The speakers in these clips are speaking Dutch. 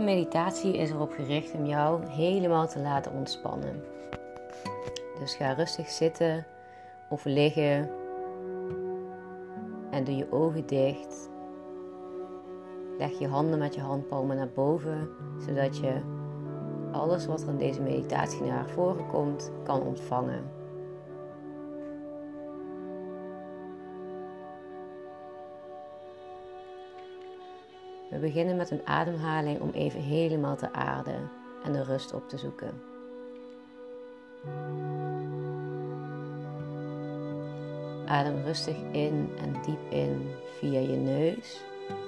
Deze meditatie is erop gericht om jou helemaal te laten ontspannen. Dus ga rustig zitten of liggen en doe je ogen dicht. Leg je handen met je handpalmen naar boven, zodat je alles wat er in deze meditatie naar voren komt, kan ontvangen. We beginnen met een ademhaling om even helemaal te aarden en de rust op te zoeken. Adem rustig in en diep in via je neus.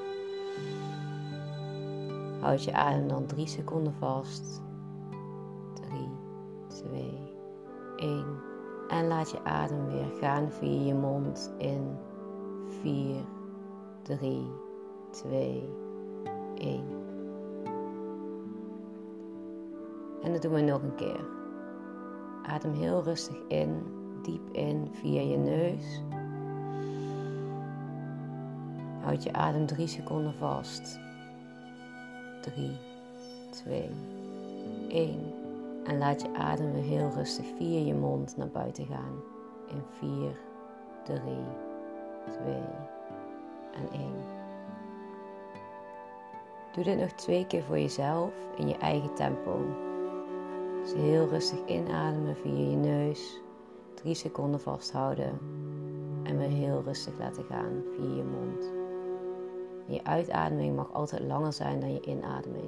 Houd je adem dan 3 seconden vast. 3, 2, 1. En laat je adem weer gaan via je mond in 4, 3, 2, 1. En dat doen we nog een keer. Adem heel rustig in, diep in via je neus. Houd je adem 3 seconden vast. 3, 2, 1. En laat je adem weer heel rustig via je mond naar buiten gaan. In 4, 3, 2 en 1. Doe dit nog 2 keer voor jezelf in je eigen tempo. Dus heel rustig inademen via je neus. 3 seconden vasthouden. En weer heel rustig laten gaan via je mond. En je uitademing mag altijd langer zijn dan je inademing.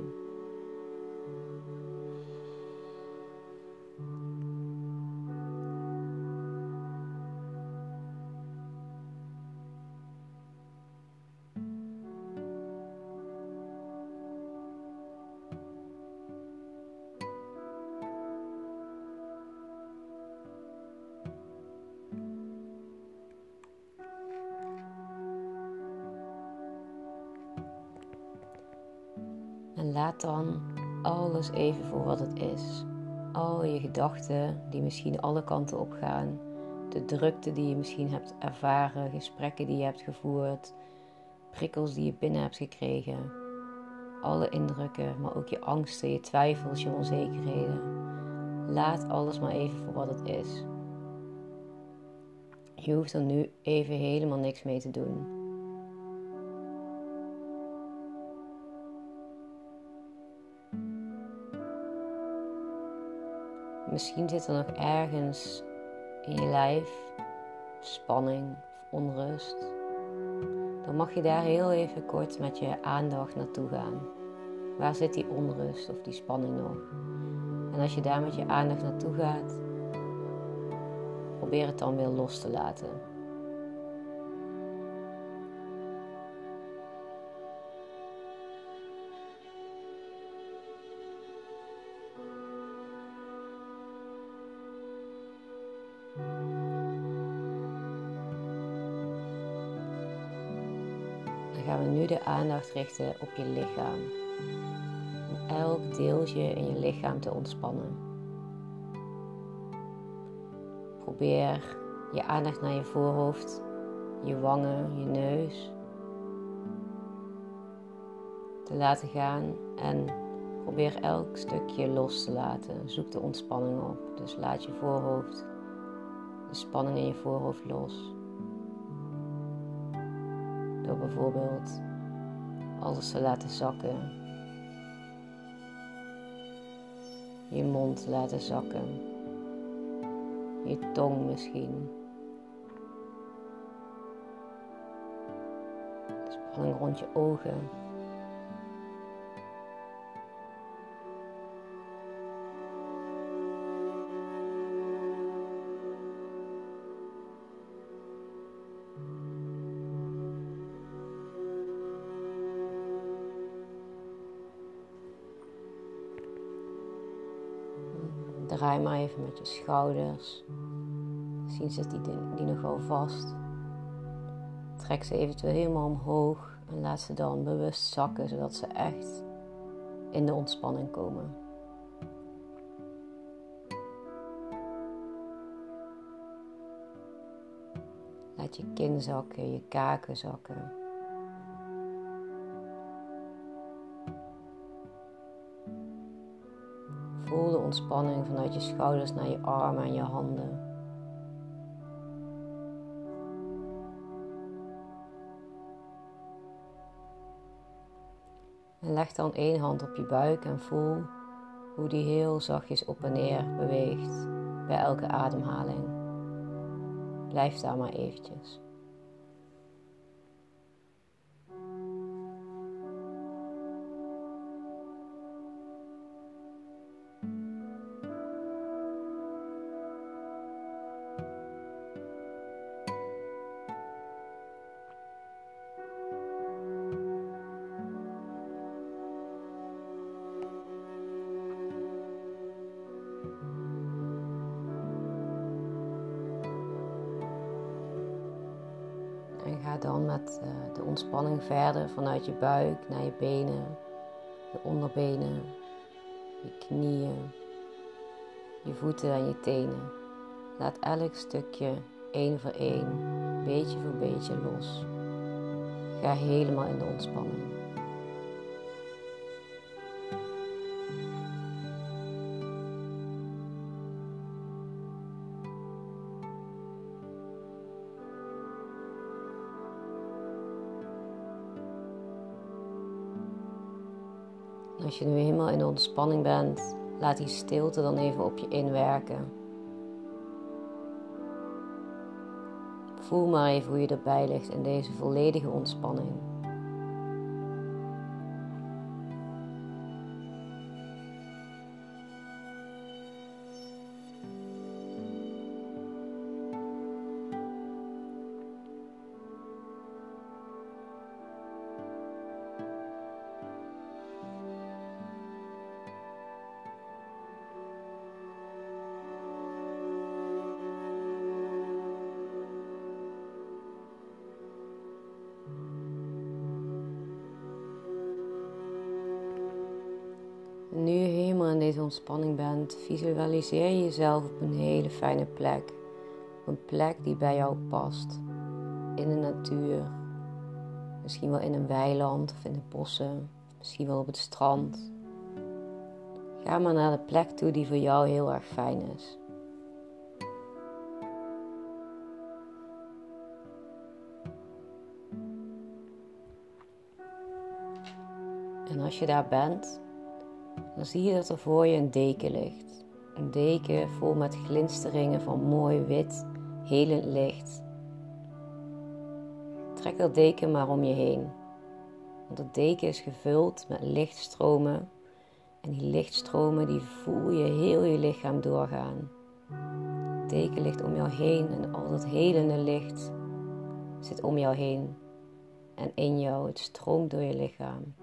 En laat dan alles even voor wat het is. Al je gedachten die misschien alle kanten op gaan. De drukte die je misschien hebt ervaren. Gesprekken die je hebt gevoerd. Prikkels die je binnen hebt gekregen. Alle indrukken, maar ook je angsten, je twijfels, je onzekerheden. Laat alles maar even voor wat het is. Je hoeft er nu even helemaal niks mee te doen. Misschien zit er nog ergens in je lijf spanning of onrust. Dan mag je daar heel even kort met je aandacht naartoe gaan. Waar zit die onrust of die spanning nog? En als je daar met je aandacht naartoe gaat, probeer het dan weer los te laten. Dan gaan we nu de aandacht richten op je lichaam. Om elk deeltje in je lichaam te ontspannen. Probeer je aandacht naar je voorhoofd, je wangen, je neus te laten gaan. En probeer elk stukje los te laten. Zoek de ontspanning op. Dus laat je voorhoofd, de spanning in je voorhoofd los. Door bijvoorbeeld alles te laten zakken. Je mond te laten zakken. Je tong misschien. De spanning rond je ogen. Draai maar even met je schouders. Misschien zit die nog wel vast. Trek ze eventueel helemaal omhoog en laat ze dan bewust zakken, zodat ze echt in de ontspanning komen. Laat je kin zakken, je kaken zakken. voel de ontspanning vanuit je schouders naar je armen en je handen. En leg dan één hand op je buik en voel hoe die heel zachtjes op en neer beweegt bij elke ademhaling. Blijf daar maar eventjes. En ga dan met de ontspanning verder vanuit je buik naar je benen, je onderbenen, je knieën, je voeten en je tenen. Laat elk stukje één voor één, beetje voor beetje los. Ga helemaal in de ontspanning. Als je nu helemaal in de ontspanning bent, laat die stilte dan even op je inwerken. Voel maar even hoe je erbij ligt in deze volledige ontspanning. Nu je helemaal in deze ontspanning bent, visualiseer je jezelf op een hele fijne plek. Op een plek die bij jou past. In de natuur. Misschien wel in een weiland of in de bossen. Misschien wel op het strand. Ga maar naar de plek toe die voor jou heel erg fijn is. En als je daar bent, dan zie je dat er voor je een deken ligt. Een deken vol met glinsteringen van mooi wit, helend licht. Trek dat deken maar om je heen. Want het deken is gevuld met lichtstromen. En die lichtstromen die voel je heel je lichaam doorgaan. Het deken ligt om jou heen en al dat helende licht zit om jou heen. En in jou, het stroomt door je lichaam.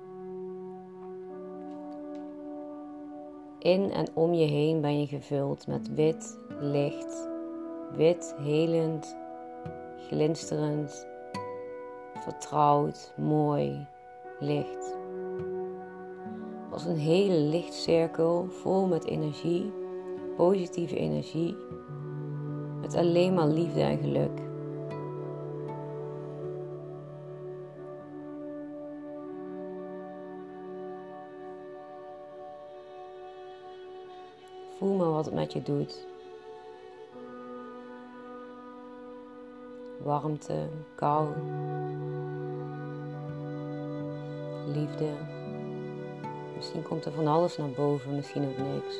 In en om je heen ben je gevuld met wit licht. Wit, helend, glinsterend, vertrouwd, mooi licht. Als een hele lichtcirkel vol met energie, positieve energie, met alleen maar liefde en geluk. Voel maar wat het met je doet. Warmte, kou, liefde. Misschien komt er van alles naar boven, misschien ook niks.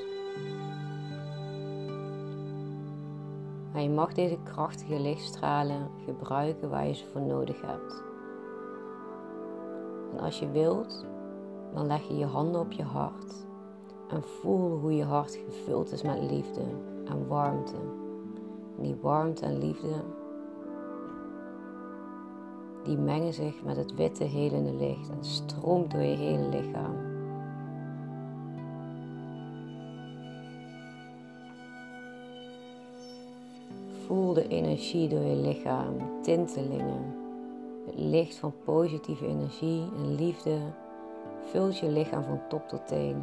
Maar je mag deze krachtige lichtstralen gebruiken waar je ze voor nodig hebt. En als je wilt, dan leg je je handen op je hart en voel hoe je hart gevuld is met liefde en warmte. En die warmte en liefde, die mengen zich met het witte helende licht en stroomt door je hele lichaam. Voel de energie door je lichaam, tintelingen. Het licht van positieve energie en liefde vult je lichaam van top tot teen.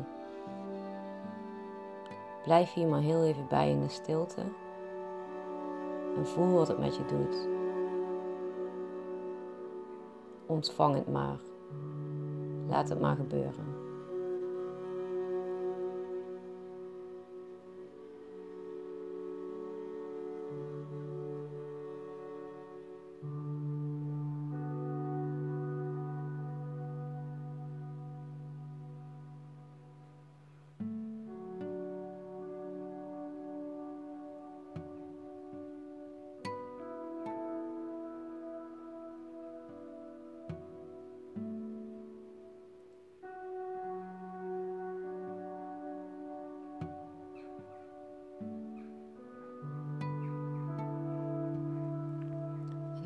Blijf hier maar heel even bij in de stilte en voel wat het met je doet. Ontvang het maar. Laat het maar gebeuren.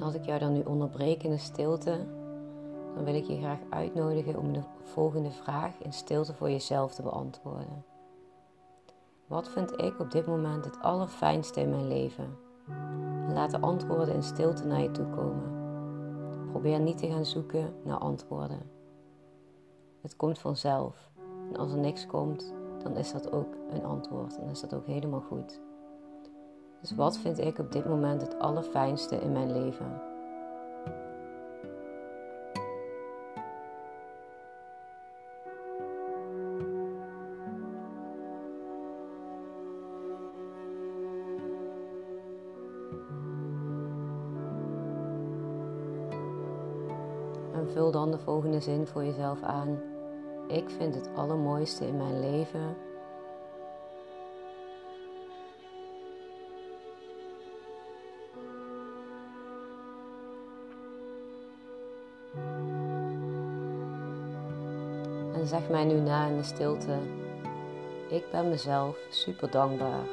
En als ik jou dan nu onderbreek in de stilte, dan wil ik je graag uitnodigen om de volgende vraag in stilte voor jezelf te beantwoorden. Wat vind ik op dit moment het allerfijnste in mijn leven? En laat de antwoorden in stilte naar je toe komen. Probeer niet te gaan zoeken naar antwoorden. Het komt vanzelf. En als er niks komt, dan is dat ook een antwoord. En is dat ook helemaal goed. Dus wat vind ik op dit moment het allerfijnste in mijn leven? En vul dan de volgende zin voor jezelf aan. Ik vind het allermooiste in mijn leven. En zeg mij nu na in de stilte. Ik ben mezelf super dankbaar.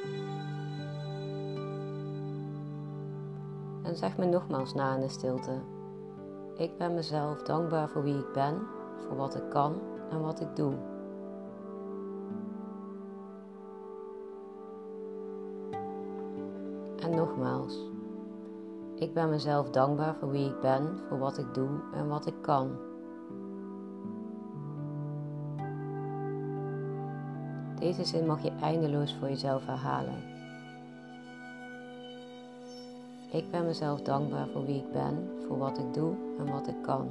En zeg me nogmaals na in de stilte. Ik ben mezelf dankbaar voor wie ik ben, voor wat ik kan en wat ik doe. En nogmaals. Ik ben mezelf dankbaar voor wie ik ben, voor wat ik doe en wat ik kan. Deze zin mag je eindeloos voor jezelf herhalen. Ik ben mezelf dankbaar voor wie ik ben, voor wat ik doe en wat ik kan.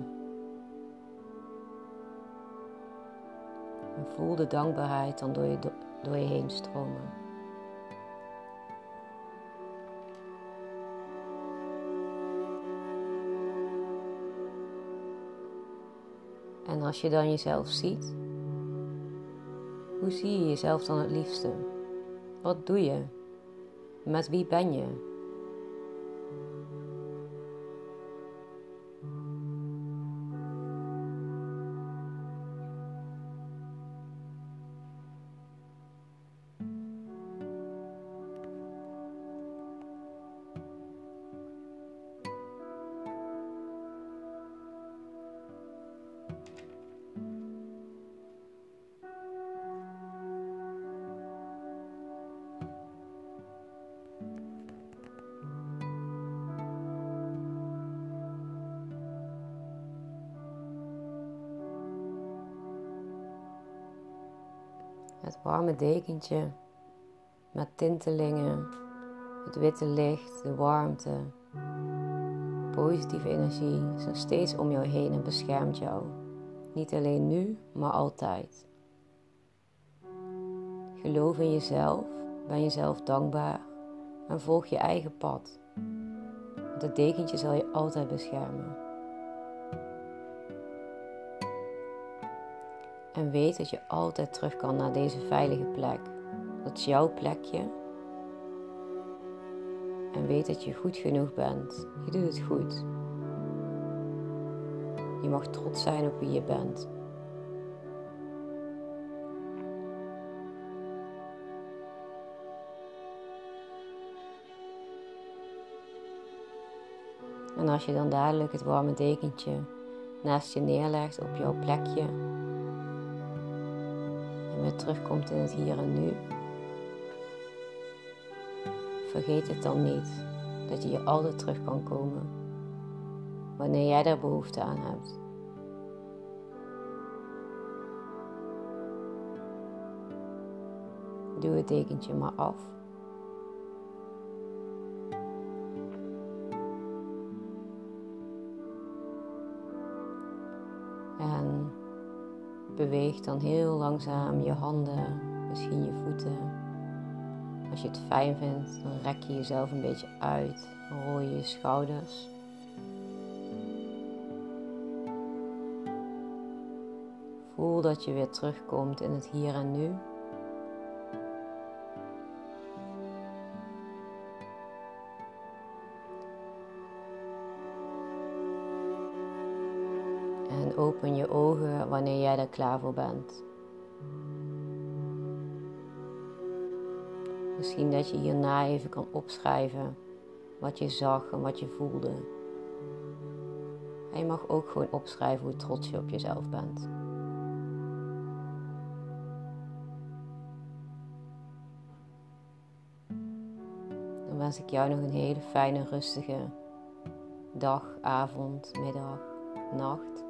En voel de dankbaarheid dan door je heen stromen. En als je dan jezelf ziet, hoe zie je jezelf dan het liefste? Wat doe je? Met wie ben je? Het warme dekentje met tintelingen, het witte licht, de warmte, positieve energie is nog steeds om jou heen en beschermt jou. Niet alleen nu, maar altijd. Geloof in jezelf, ben jezelf dankbaar en volg je eigen pad. Want het dekentje zal je altijd beschermen. En weet dat je altijd terug kan naar deze veilige plek. Dat is jouw plekje. En weet dat je goed genoeg bent. Je doet het goed. Je mag trots zijn op wie je bent. En als je dan dadelijk het warme dekentje naast je neerlegt op jouw plekje en weer terugkomt in het hier en nu, vergeet het dan niet dat je hier altijd terug kan komen wanneer jij daar behoefte aan hebt. Doe het dekentje maar af. En beweeg dan heel langzaam je handen, misschien je voeten. Als je het fijn vindt, dan rek je jezelf een beetje uit. Dan rol je je schouders. Voel dat je weer terugkomt in het hier en nu. En open je ogen wanneer jij er klaar voor bent. Misschien dat je hierna even kan opschrijven wat je zag en wat je voelde. En je mag ook gewoon opschrijven hoe trots je op jezelf bent. Dan wens ik jou nog een hele fijne, rustige dag, avond, middag, nacht.